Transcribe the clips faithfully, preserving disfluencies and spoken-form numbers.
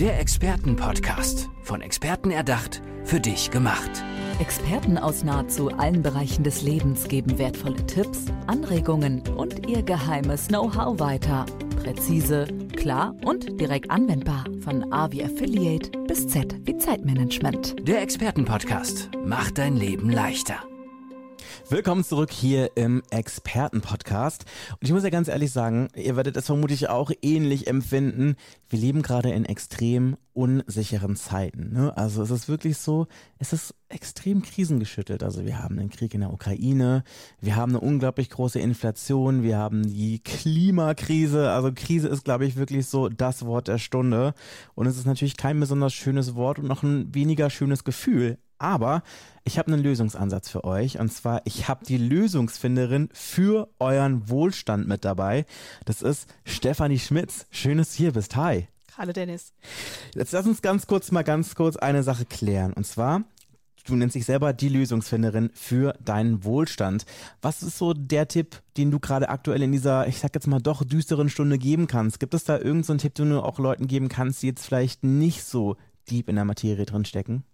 Der Expertenpodcast. Von Experten erdacht, für dich gemacht. Experten aus nahezu allen Bereichen des Lebens geben wertvolle Tipps, Anregungen und ihr geheimes Know-how weiter. Präzise, klar und direkt anwendbar. Von A wie Affiliate bis Z wie Zeitmanagement. Der Expertenpodcast macht dein Leben leichter. Willkommen zurück hier im Experten-Podcast. Und ich muss ja ganz ehrlich sagen, ihr werdet es vermutlich auch ähnlich empfinden. Wir leben gerade in extrem unsicheren Zeiten. Ne? Also es ist wirklich so, es ist extrem krisengeschüttelt. Also wir haben einen Krieg in der Ukraine, wir haben eine unglaublich große Inflation, wir haben die Klimakrise. Also Krise ist, glaube ich, wirklich so das Wort der Stunde. Und es ist natürlich kein besonders schönes Wort und noch ein weniger schönes Gefühl. Aber ich habe einen Lösungsansatz für euch, und zwar, ich habe die Lösungsfinderin für euren Wohlstand mit dabei. Das ist Stefanie Schmitz. Schön, dass du hier bist. Hi. Hallo Dennis. Jetzt lass uns ganz kurz mal ganz kurz eine Sache klären. Und zwar, du nennst dich selber die Lösungsfinderin für deinen Wohlstand. Was ist so der Tipp, den du gerade aktuell in dieser, ich sag jetzt mal doch düsteren Stunde geben kannst? Gibt es da irgendeinen so einen Tipp, den du auch Leuten geben kannst, die jetzt vielleicht nicht so deep in der Materie drin stecken?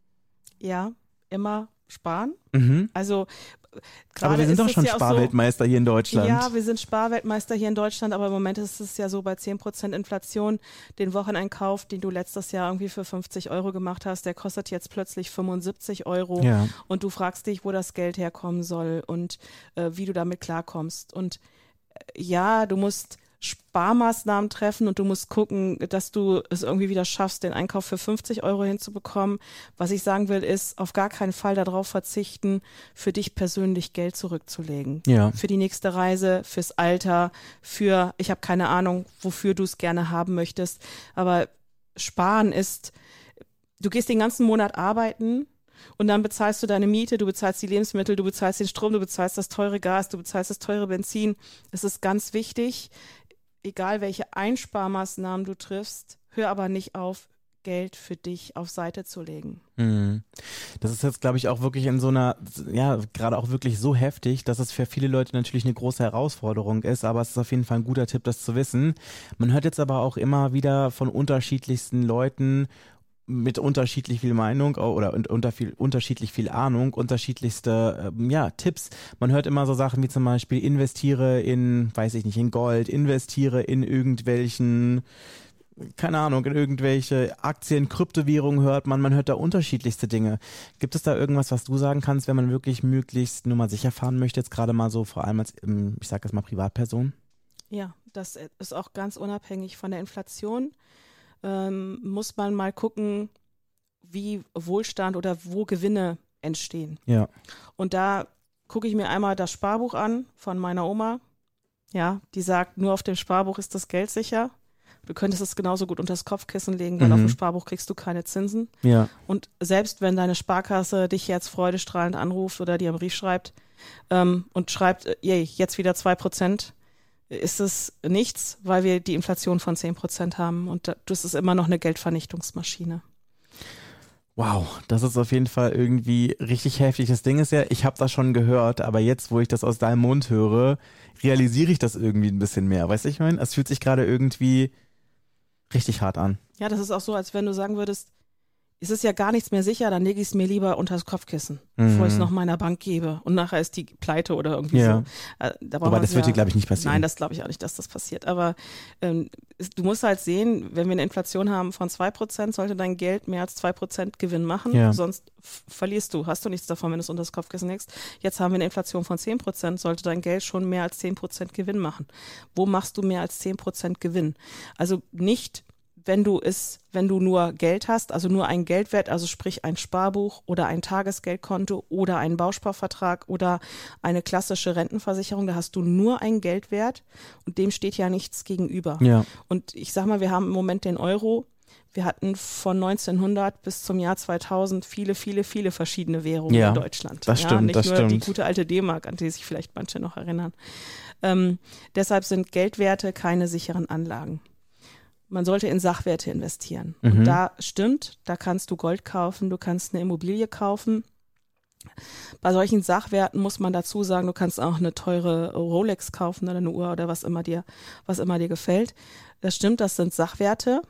Ja, immer sparen. Mhm. Also aber wir sind doch schon ja Sparweltmeister so, hier in Deutschland. Ja, wir sind Sparweltmeister hier in Deutschland, aber im Moment ist es ja so, bei zehn Prozent Inflation, den Wocheneinkauf, den du letztes Jahr irgendwie für fünfzig Euro gemacht hast, der kostet jetzt plötzlich fünfundsiebzig Euro. Ja. Und du fragst dich, wo das Geld herkommen soll und äh, wie du damit klarkommst. Und äh, ja, du musst Sparmaßnahmen treffen und du musst gucken, dass du es irgendwie wieder schaffst, den Einkauf für fünfzig Euro hinzubekommen. Was ich sagen will, ist, auf gar keinen Fall darauf verzichten, für dich persönlich Geld zurückzulegen. Ja. Für die nächste Reise, fürs Alter, für, ich habe keine Ahnung, wofür du es gerne haben möchtest. Aber sparen ist, du gehst den ganzen Monat arbeiten, und dann bezahlst du deine Miete, du bezahlst die Lebensmittel, du bezahlst den Strom, du bezahlst das teure Gas, du bezahlst das teure Benzin. Es ist ganz wichtig, egal welche Einsparmaßnahmen du triffst, hör aber nicht auf, Geld für dich auf Seite zu legen. Mhm. Das ist jetzt, glaube ich, auch wirklich in so einer, ja, gerade auch wirklich so heftig, dass es für viele Leute natürlich eine große Herausforderung ist, aber es ist auf jeden Fall ein guter Tipp, das zu wissen. Man hört jetzt aber auch immer wieder von unterschiedlichsten Leuten, mit unterschiedlich viel Meinung oder unter viel, unterschiedlich viel Ahnung, unterschiedlichste ähm, ja, Tipps. Man hört immer so Sachen wie zum Beispiel, investiere in, weiß ich nicht, in Gold, investiere in irgendwelchen, keine Ahnung, in irgendwelche Aktien, Kryptowährungen hört man, man hört da unterschiedlichste Dinge. Gibt es da irgendwas, was du sagen kannst, wenn man wirklich möglichst nur mal sicher fahren möchte, jetzt gerade mal so vor allem als, ich sag jetzt mal Privatperson? Ja, das ist auch ganz unabhängig von der Inflation. Ähm, muss man mal gucken, wie Wohlstand oder wo Gewinne entstehen. Ja. Und da gucke ich mir einmal das Sparbuch an von meiner Oma. Ja, die sagt, nur auf dem Sparbuch ist das Geld sicher. Du könntest es genauso gut unter das Kopfkissen legen, weil mhm. auf dem Sparbuch kriegst du keine Zinsen. Ja. Und selbst wenn deine Sparkasse dich jetzt freudestrahlend anruft oder dir einen Brief schreibt ähm, und schreibt, yay, jetzt wieder zwei Prozent, ist es nichts, weil wir die Inflation von zehn Prozent haben und das ist immer noch eine Geldvernichtungsmaschine. Wow, das ist auf jeden Fall irgendwie richtig heftig. Das Ding ist ja, ich habe das schon gehört, aber jetzt, wo ich das aus deinem Mund höre, realisiere ich das irgendwie ein bisschen mehr. Weißt du, ich meine, es fühlt sich gerade irgendwie richtig hart an. Ja, das ist auch so, als wenn du sagen würdest, es ist ja gar nichts mehr sicher, dann lege ich es mir lieber unter das Kopfkissen, mhm. bevor ich es noch meiner Bank gebe und nachher ist die pleite oder irgendwie ja. so. Äh, da aber das ja, wird dir, glaube ich, nicht passieren. Nein, das glaube ich auch nicht, dass das passiert. Aber ähm, es, du musst halt sehen, wenn wir eine Inflation haben von zwei Prozent, sollte dein Geld mehr als zwei Prozent Gewinn machen, ja. sonst f- verlierst du, hast du nichts davon, wenn du es unter das Kopfkissen legst. Jetzt haben wir eine Inflation von zehn Prozent, sollte dein Geld schon mehr als zehn Prozent Gewinn machen. Wo machst du mehr als zehn Prozent Gewinn? Also nicht wenn du es, wenn du nur Geld hast, also nur ein Geldwert, also sprich ein Sparbuch oder ein Tagesgeldkonto oder einen Bausparvertrag oder eine klassische Rentenversicherung, da hast du nur einen Geldwert und dem steht ja nichts gegenüber. Ja. Und ich sag mal, wir haben im Moment den Euro. Wir hatten von neunzehnhundert bis zum Jahr zweitausend viele, viele, viele verschiedene Währungen ja, in Deutschland. Das ja, stimmt, nicht das nur stimmt. die gute alte D-Mark, an die sich vielleicht manche noch erinnern. Ähm, deshalb sind Geldwerte keine sicheren Anlagen. Man sollte in Sachwerte investieren. Mhm. Und da stimmt, da kannst du Gold kaufen, du kannst eine Immobilie kaufen. Bei solchen Sachwerten muss man dazu sagen, du kannst auch eine teure Rolex kaufen oder eine Uhr oder was immer dir, was immer dir gefällt. Das stimmt, das sind Sachwerte.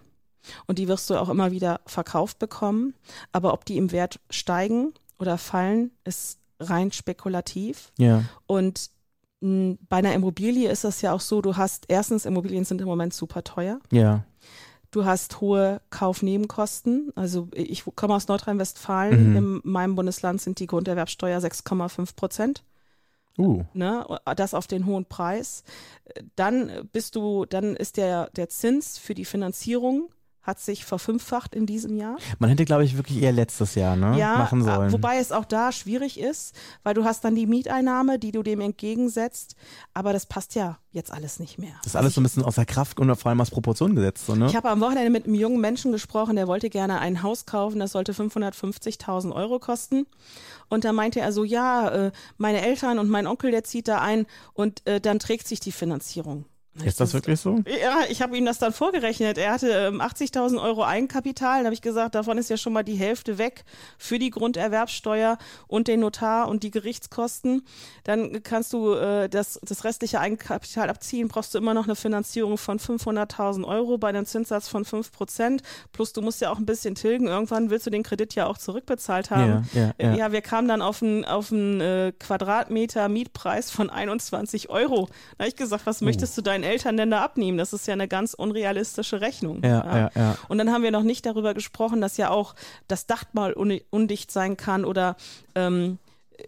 und die wirst du auch immer wieder verkauft bekommen. Aber ob die im Wert steigen oder fallen, ist rein spekulativ. Ja. Und mh, bei einer Immobilie ist das ja auch so, du hast, erstens, Immobilien sind im Moment super teuer. Ja. Du hast hohe Kaufnebenkosten. Also ich komme aus Nordrhein-Westfalen. Mhm. In meinem Bundesland sind die Grunderwerbsteuer sechs Komma fünf Prozent. Uh. Ne, das auf den hohen Preis. Dann bist du, dann ist der, der Zins für die Finanzierung hat sich verfünffacht in diesem Jahr. Man hätte, glaube ich, wirklich eher letztes Jahr ne, ja, machen sollen. Wobei es auch da schwierig ist, weil du hast dann die Mieteinnahme, die du dem entgegensetzt, aber das passt ja jetzt alles nicht mehr. Das ist alles so ein bisschen außer Kraft und vor allem aus Proportion gesetzt. So, ne? Ich habe am Wochenende mit einem jungen Menschen gesprochen, der wollte gerne ein Haus kaufen, das sollte fünfhundertfünfzigtausend Euro kosten. Und da meinte er so, ja, äh, meine Eltern und mein Onkel, der zieht da ein und äh, dann trägt sich die Finanzierung. Ist das wirklich so? Ja, ich habe ihm das dann vorgerechnet. Er hatte ähm, achtzigtausend Euro Eigenkapital. Da habe ich gesagt, davon ist ja schon mal die Hälfte weg für die Grunderwerbsteuer und den Notar und die Gerichtskosten. Dann kannst du äh, das, das restliche Eigenkapital abziehen, brauchst du immer noch eine Finanzierung von fünfhunderttausend Euro bei einem Zinssatz von fünf Prozent. Plus du musst ja auch ein bisschen tilgen. Irgendwann willst du den Kredit ja auch zurückbezahlt haben. Ja, ja, ja. ja wir kamen dann auf einen auf einen, äh, Quadratmeter Mietpreis von einundzwanzig Euro. Da habe ich gesagt, was Oh. möchtest du deinen Eltern denn da abnehmen? Das ist ja eine ganz unrealistische Rechnung. Ja, ja, ja. Und dann haben wir noch nicht darüber gesprochen, dass ja auch das Dach mal un- undicht sein kann oder ähm,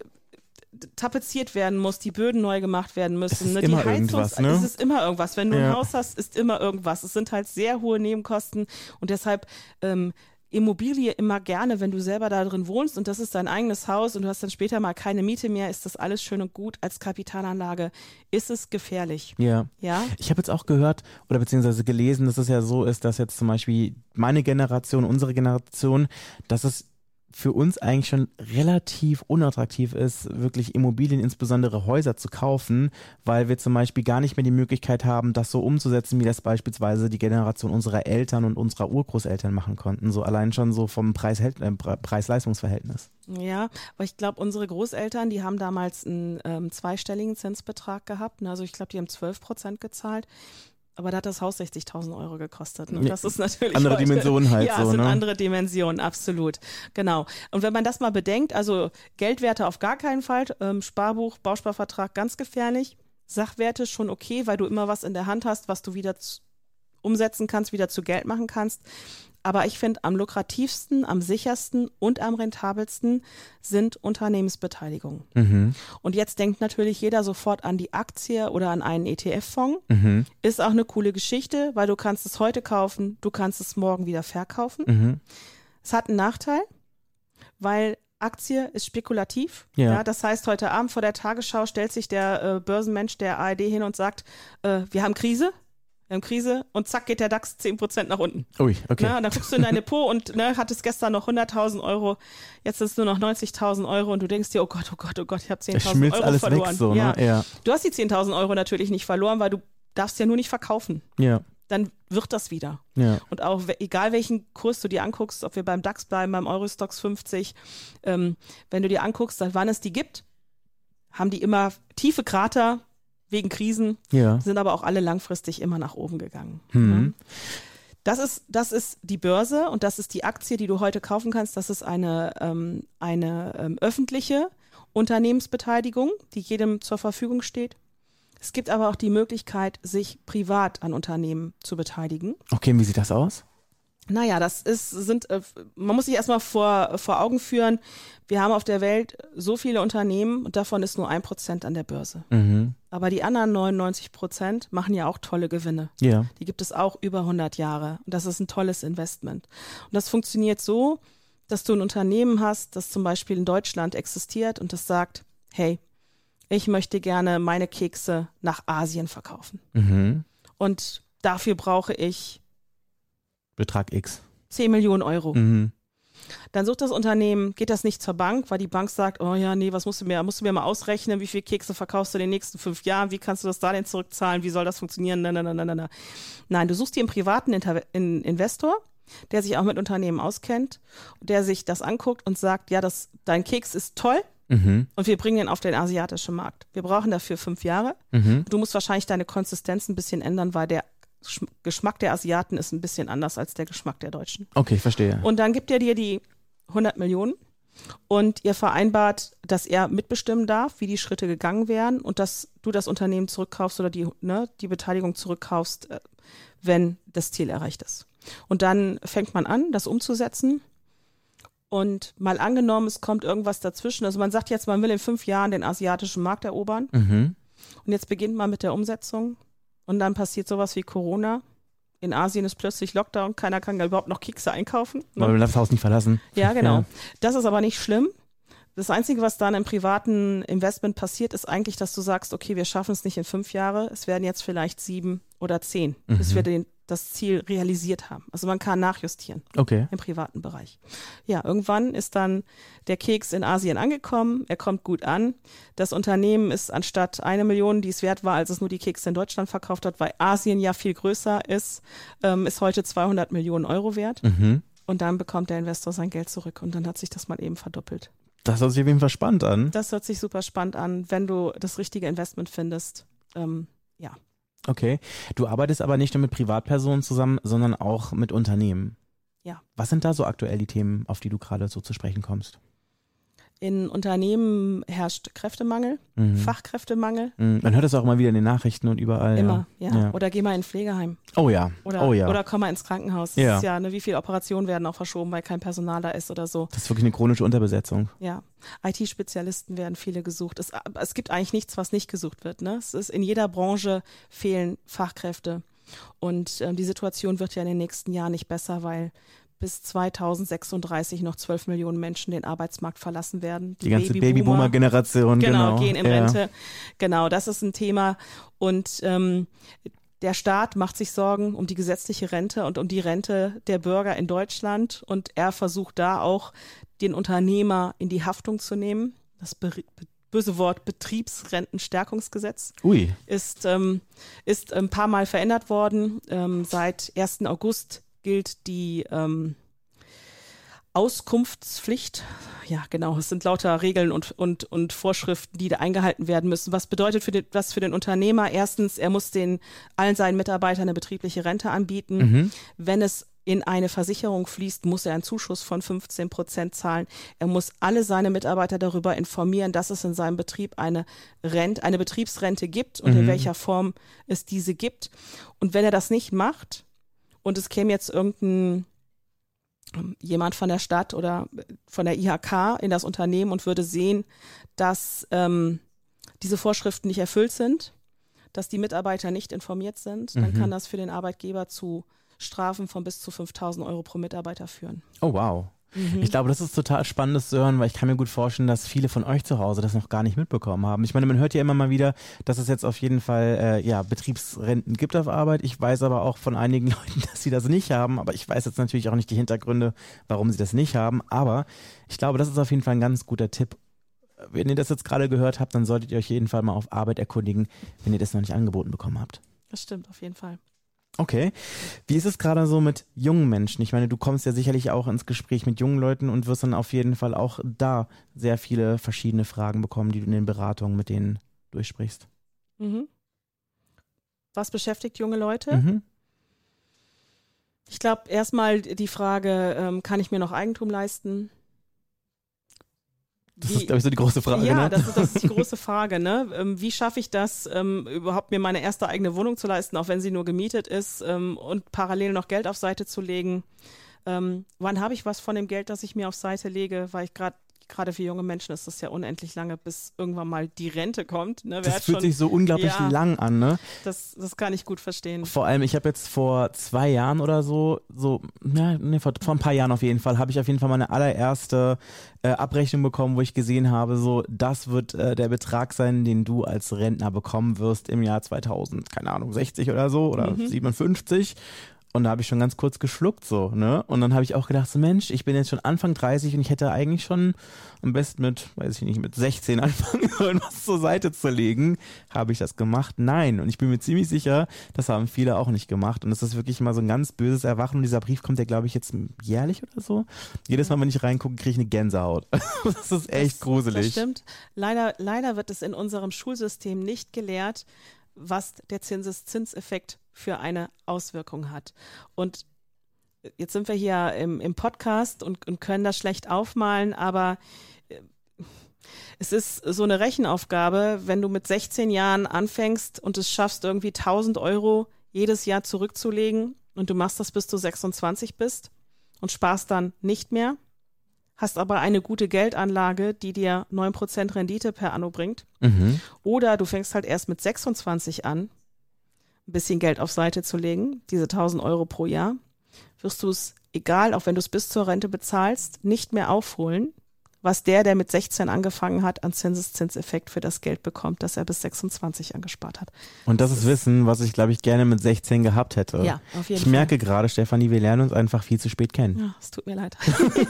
tapeziert werden muss, die Böden neu gemacht werden müssen. Es ist ne? immer die Heizungs- irgendwas, ne? Es ist immer irgendwas. Wenn du Ja. ein Haus hast, ist immer irgendwas. Es sind halt sehr hohe Nebenkosten und deshalb ähm, Immobilie immer gerne, wenn du selber da drin wohnst und das ist dein eigenes Haus und du hast dann später mal keine Miete mehr, ist das alles schön und gut. Als Kapitalanlage ist es gefährlich. Ja. Ja? Ich habe jetzt auch gehört oder beziehungsweise gelesen, dass es ja so ist, dass jetzt zum Beispiel meine Generation, unsere Generation, dass es für uns eigentlich schon relativ unattraktiv ist, wirklich Immobilien, insbesondere Häuser zu kaufen, weil wir zum Beispiel gar nicht mehr die Möglichkeit haben, das so umzusetzen, wie das beispielsweise die Generation unserer Eltern und unserer Urgroßeltern machen konnten. So allein schon so vom Preis- äh, Preis-Leistungs-Verhältnis. Ja, aber ich glaube, unsere Großeltern, die haben damals einen ähm, zweistelligen Zinsbetrag gehabt. Ne? Also ich glaube, die haben zwölf Prozent gezahlt. Aber da hat das Haus sechzigtausend Euro gekostet. Ne? Das ist natürlich andere heute, Dimensionen halt ja, so, sind ne? andere Dimensionen, absolut. Genau. Und wenn man das mal bedenkt, also Geldwerte auf gar keinen Fall, ähm, Sparbuch, Bausparvertrag ganz gefährlich, Sachwerte schon okay, weil du immer was in der Hand hast, was du wieder zu, umsetzen kannst, wieder zu Geld machen kannst. Aber ich finde, am lukrativsten, am sichersten und am rentabelsten sind Unternehmensbeteiligungen. Mhm. Und jetzt denkt natürlich jeder sofort an die Aktie oder an einen E T F-Fonds. Mhm. Ist auch eine coole Geschichte, weil du kannst es heute kaufen, du kannst es morgen wieder verkaufen. Mhm. Es hat einen Nachteil, weil Aktie ist spekulativ. Ja. Ja, das heißt, heute Abend vor der Tagesschau stellt sich der äh, Börsenmensch der A R D hin und sagt, äh, wir haben Krise. Wir haben Krise und zack geht der DAX zehn Prozent nach unten. Ui, okay. Na, dann guckst du in deine Po und ne, hattest gestern noch hunderttausend Euro, jetzt ist es nur noch neunzigtausend Euro und du denkst dir, oh Gott, oh Gott, oh Gott, ich habe Es zehntausend schmilzt Euro alles verloren. weg so, ja. ne? Ja. Du hast die zehntausend Euro natürlich nicht verloren, weil du darfst ja nur nicht verkaufen. Ja. Dann wird das wieder. Ja. Und auch egal welchen Kurs du dir anguckst, ob wir beim DAX bleiben, beim Eurostoxx fünfzig, ähm, wenn du dir anguckst, seit wann es die gibt, haben die immer tiefe Krater wegen Krisen, Ja. sind aber auch alle langfristig immer nach oben gegangen. Mhm. Ne? Das ist, das ist die Börse und das ist die Aktie, die du heute kaufen kannst. Das ist eine, ähm, eine ähm, öffentliche Unternehmensbeteiligung, die jedem zur Verfügung steht. Es gibt aber auch die Möglichkeit, sich privat an Unternehmen zu beteiligen. Okay, wie sieht das aus? Naja, das ist, sind, äh, man muss sich erstmal vor, vor Augen führen, wir haben auf der Welt so viele Unternehmen und davon ist nur ein Prozent an der Börse. Mhm. Aber die anderen neunundneunzig Prozent machen ja auch tolle Gewinne. Ja. Die gibt es auch über hundert Jahre. Und das ist ein tolles Investment. Und das funktioniert so, dass du ein Unternehmen hast, das zum Beispiel in Deutschland existiert und das sagt, hey, ich möchte gerne meine Kekse nach Asien verkaufen. Mhm. Und dafür brauche ich Betrag X. zehn Millionen Euro. Mhm. Dann sucht das Unternehmen, geht das nicht zur Bank, weil die Bank sagt, oh ja, nee, was musst du mir, musst du mir mal ausrechnen, wie viele Kekse verkaufst du in den nächsten fünf Jahren, wie kannst du das da denn zurückzahlen, wie soll das funktionieren, nein, nein, nein, nein, nein. Nein, du suchst dir einen privaten Inter- in Investor, der sich auch mit Unternehmen auskennt, der sich das anguckt und sagt, ja, das, dein Keks ist toll Mhm. und wir bringen ihn auf den asiatischen Markt. Wir brauchen dafür fünf Jahre. Mhm. Du musst wahrscheinlich deine Konsistenz ein bisschen ändern, weil der Geschmack der Asiaten ist ein bisschen anders als der Geschmack der Deutschen. Okay, ich verstehe. Und dann gibt er dir die hundert Millionen und ihr vereinbart, dass er mitbestimmen darf, wie die Schritte gegangen werden und dass du das Unternehmen zurückkaufst oder die, ne, die Beteiligung zurückkaufst, wenn das Ziel erreicht ist. Und dann fängt man an, das umzusetzen. Und mal angenommen, es kommt irgendwas dazwischen. Also man sagt jetzt, man will in fünf Jahren den asiatischen Markt erobern. Mhm. Und jetzt beginnt man mit der Umsetzung. Und dann passiert sowas wie Corona. In Asien ist plötzlich Lockdown. Keiner kann überhaupt noch Kekse einkaufen. Ne? Weil wir das Haus nicht verlassen. Ja, genau. Ja. Das ist aber nicht schlimm. Das Einzige, was dann im privaten Investment passiert, ist eigentlich, dass du sagst, okay, wir schaffen es nicht in fünf Jahre. Es werden jetzt vielleicht sieben oder zehn, mhm. bis wir den das Ziel realisiert haben. Also man kann nachjustieren okay. im privaten Bereich. Ja, irgendwann ist dann der Keks in Asien angekommen, er kommt gut an. Das Unternehmen ist anstatt eine Million, die es wert war, als es nur die Kekse in Deutschland verkauft hat, weil Asien ja viel größer ist, ähm, ist heute zweihundert Millionen Euro wert. Mhm. Und dann bekommt der Investor sein Geld zurück und dann hat sich das mal eben verdoppelt. Das hört sich auf jeden Fall spannend an. Das hört sich super spannend an, wenn du das richtige Investment findest. Ähm, ja. Okay. Du arbeitest aber nicht nur mit Privatpersonen zusammen, sondern auch mit Unternehmen. Ja. Was sind da so aktuell die Themen, auf die du gerade so zu sprechen kommst? In Unternehmen herrscht Kräftemangel, Mhm. Fachkräftemangel. Mhm. Man hört das auch immer wieder in den Nachrichten und überall. Immer, ja. ja. Oder geh mal in ein Pflegeheim. Oh ja. Oder, oh ja. oder komm mal ins Krankenhaus. Das Ja. ist ja, ne, wie viele Operationen werden auch verschoben, weil kein Personal da ist oder so. Das ist wirklich eine chronische Unterbesetzung. Ja. I T-Spezialisten werden viele gesucht. Es, es gibt eigentlich nichts, was nicht gesucht wird. Ne? Es ist in jeder Branche fehlen Fachkräfte. Und ähm, die Situation wird ja in den nächsten Jahren nicht besser, weil bis zweitausendsechsunddreißig noch zwölf Millionen Menschen den Arbeitsmarkt verlassen werden. Die, die ganze Babyboomer-Generation. Genau, genau, gehen in ja. Rente. Genau, das ist ein Thema. Und ähm, der Staat macht sich Sorgen um die gesetzliche Rente und um die Rente der Bürger in Deutschland. Und er versucht da auch, den Unternehmer in die Haftung zu nehmen. Das be- böse Wort Betriebsrentenstärkungsgesetz Ui. ist, ähm, ist ein paar Mal verändert worden. Ähm, seit ersten August gilt die ähm, Auskunftspflicht. Ja, genau, es sind lauter Regeln und, und, und Vorschriften, die da eingehalten werden müssen. Was bedeutet für den, was für den Unternehmer? Erstens, er muss den allen seinen Mitarbeitern eine betriebliche Rente anbieten. Mhm. Wenn es in eine Versicherung fließt, muss er einen Zuschuss von fünfzehn Prozent zahlen. Er muss alle seine Mitarbeiter darüber informieren, dass es in seinem Betrieb eine Rente, eine Betriebsrente gibt und Mhm. in welcher Form es diese gibt. Und wenn er das nicht macht, und es käme jetzt irgendein jemand von der Stadt oder von der I H K in das Unternehmen und würde sehen, dass ähm, diese Vorschriften nicht erfüllt sind, dass die Mitarbeiter nicht informiert sind, dann Mhm. kann das für den Arbeitgeber zu Strafen von bis zu fünftausend Euro pro Mitarbeiter führen. Oh wow. Mhm. Ich glaube, das ist total spannendes zu hören, weil ich kann mir gut vorstellen, dass viele von euch zu Hause das noch gar nicht mitbekommen haben. Ich meine, man hört ja immer mal wieder, dass es jetzt auf jeden Fall äh, ja, Betriebsrenten gibt auf Arbeit. Ich weiß aber auch von einigen Leuten, dass sie das nicht haben. Aber ich weiß jetzt natürlich auch nicht die Hintergründe, warum sie das nicht haben. Aber ich glaube, das ist auf jeden Fall ein ganz guter Tipp. Wenn ihr das jetzt gerade gehört habt, dann solltet ihr euch jeden Fall mal auf Arbeit erkundigen, wenn ihr das noch nicht angeboten bekommen habt. Das stimmt, auf jeden Fall. Okay. Wie ist es gerade so mit jungen Menschen? Ich meine, du kommst ja sicherlich auch ins Gespräch mit jungen Leuten und wirst dann auf jeden Fall auch da sehr viele verschiedene Fragen bekommen, die du in den Beratungen mit denen durchsprichst. Mhm. Was beschäftigt junge Leute? Mhm. Ich glaube, erstmal die Frage, ähm, kann ich mir noch Eigentum leisten? Das Wie- ist, glaube ich, so die große Frage. Ja, ne? das, ist, das ist die große Frage. Ne? Ähm, wie schaffe ich das, ähm, überhaupt mir meine erste eigene Wohnung zu leisten, auch wenn sie nur gemietet ist, ähm, und parallel noch Geld auf Seite zu legen? Ähm, wann habe ich was von dem Geld, das ich mir auf Seite lege? Weil ich gerade gerade für junge Menschen ist das ja unendlich lange, bis irgendwann mal die Rente kommt. Ne? Wer Das hat fühlt schon, sich so unglaublich Ja. lang an, ne? das, das kann ich gut verstehen. Vor allem, ich habe jetzt vor zwei Jahren oder so, so, ja, nee, vor, vor ein paar Jahren auf jeden Fall, habe ich auf jeden Fall meine allererste äh, Abrechnung bekommen, wo ich gesehen habe, so, das wird äh, der Betrag sein, den du als Rentner bekommen wirst im Jahr zweitausend, keine Ahnung, sechzig oder so oder Mhm. siebenundfünfzig. Und da habe ich schon ganz kurz geschluckt, so, ne? Und dann habe ich auch gedacht, so Mensch, ich bin jetzt schon Anfang dreißig und ich hätte eigentlich schon am besten mit, weiß ich nicht, mit sechzehn anfangen sollen, was zur Seite zu legen. Habe ich das gemacht? Nein. Und ich bin mir ziemlich sicher, das haben viele auch nicht gemacht. Und das ist wirklich mal so ein ganz böses Erwachen. Und dieser Brief kommt ja, glaube ich, jetzt jährlich oder so. Jedes Mal, wenn ich reingucke, kriege ich eine Gänsehaut. Das ist echt das, gruselig. Das stimmt. Leider, leider wird es in unserem Schulsystem nicht gelehrt, was der Zinseszinseffekt für eine Auswirkung hat. Und jetzt sind wir hier im, im Podcast und, und können das schlecht aufmalen, aber es ist so eine Rechenaufgabe, wenn du mit sechzehn Jahren anfängst und es schaffst, irgendwie tausend Euro jedes Jahr zurückzulegen und du machst das, bis du sechsundzwanzig bist und sparst dann nicht mehr, hast aber eine gute Geldanlage, die dir neun Prozent Rendite per Anno bringt. Mhm. Oder du fängst halt erst mit sechsundzwanzig an, ein bisschen Geld auf Seite zu legen, diese tausend Euro pro Jahr, wirst du es, egal, auch wenn du es bis zur Rente bezahlst, nicht mehr aufholen, was der, der mit sechzehn angefangen hat, an Zinseszinseffekt für das Geld bekommt, das er bis sechsundzwanzig angespart hat. Und das ist Wissen, was ich, glaube ich, gerne mit sechzehn gehabt hätte. Ja, auf jeden ich Fall. Ich merke gerade, Stefanie, wir lernen uns einfach viel zu spät kennen. Ja, es tut mir leid.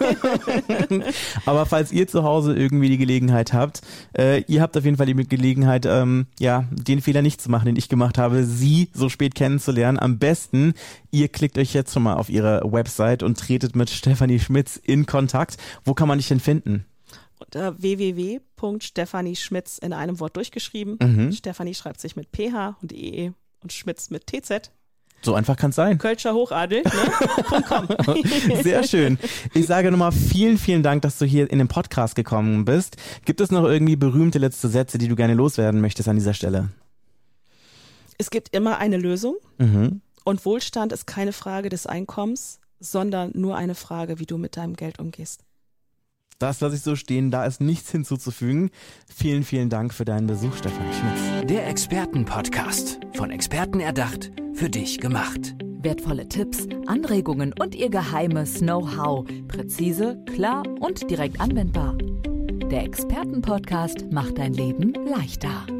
Aber falls ihr zu Hause irgendwie die Gelegenheit habt, äh, ihr habt auf jeden Fall die Gelegenheit, ähm, ja, den Fehler nicht zu machen, den ich gemacht habe, sie so spät kennenzulernen. Am besten, ihr klickt euch jetzt schon mal auf ihre Website und tretet mit Stefanie Schmitz in Kontakt. Wo kann man dich denn finden? Unter w w w punkt stefanie schmitz in einem Wort durchgeschrieben. Mhm. Stefanie schreibt sich mit P H und E E und Schmitz mit T Z. So einfach kann es sein. Kölscher Hochadel, ne? .com. Sehr schön. Ich sage nochmal vielen, vielen Dank, dass du hier in den Podcast gekommen bist. Gibt es noch irgendwie berühmte letzte Sätze, die du gerne loswerden möchtest an dieser Stelle? Es gibt immer eine Lösung. Mhm. Und Wohlstand ist keine Frage des Einkommens, sondern nur eine Frage, wie du mit deinem Geld umgehst. Das lasse ich so stehen, da ist nichts hinzuzufügen. Vielen, vielen Dank für deinen Besuch, Stefanie Schmitz. Der Experten-Podcast. Von Experten erdacht, für dich gemacht. Wertvolle Tipps, Anregungen und ihr geheimes Know-how. Präzise, klar und direkt anwendbar. Der Experten-Podcast macht dein Leben leichter.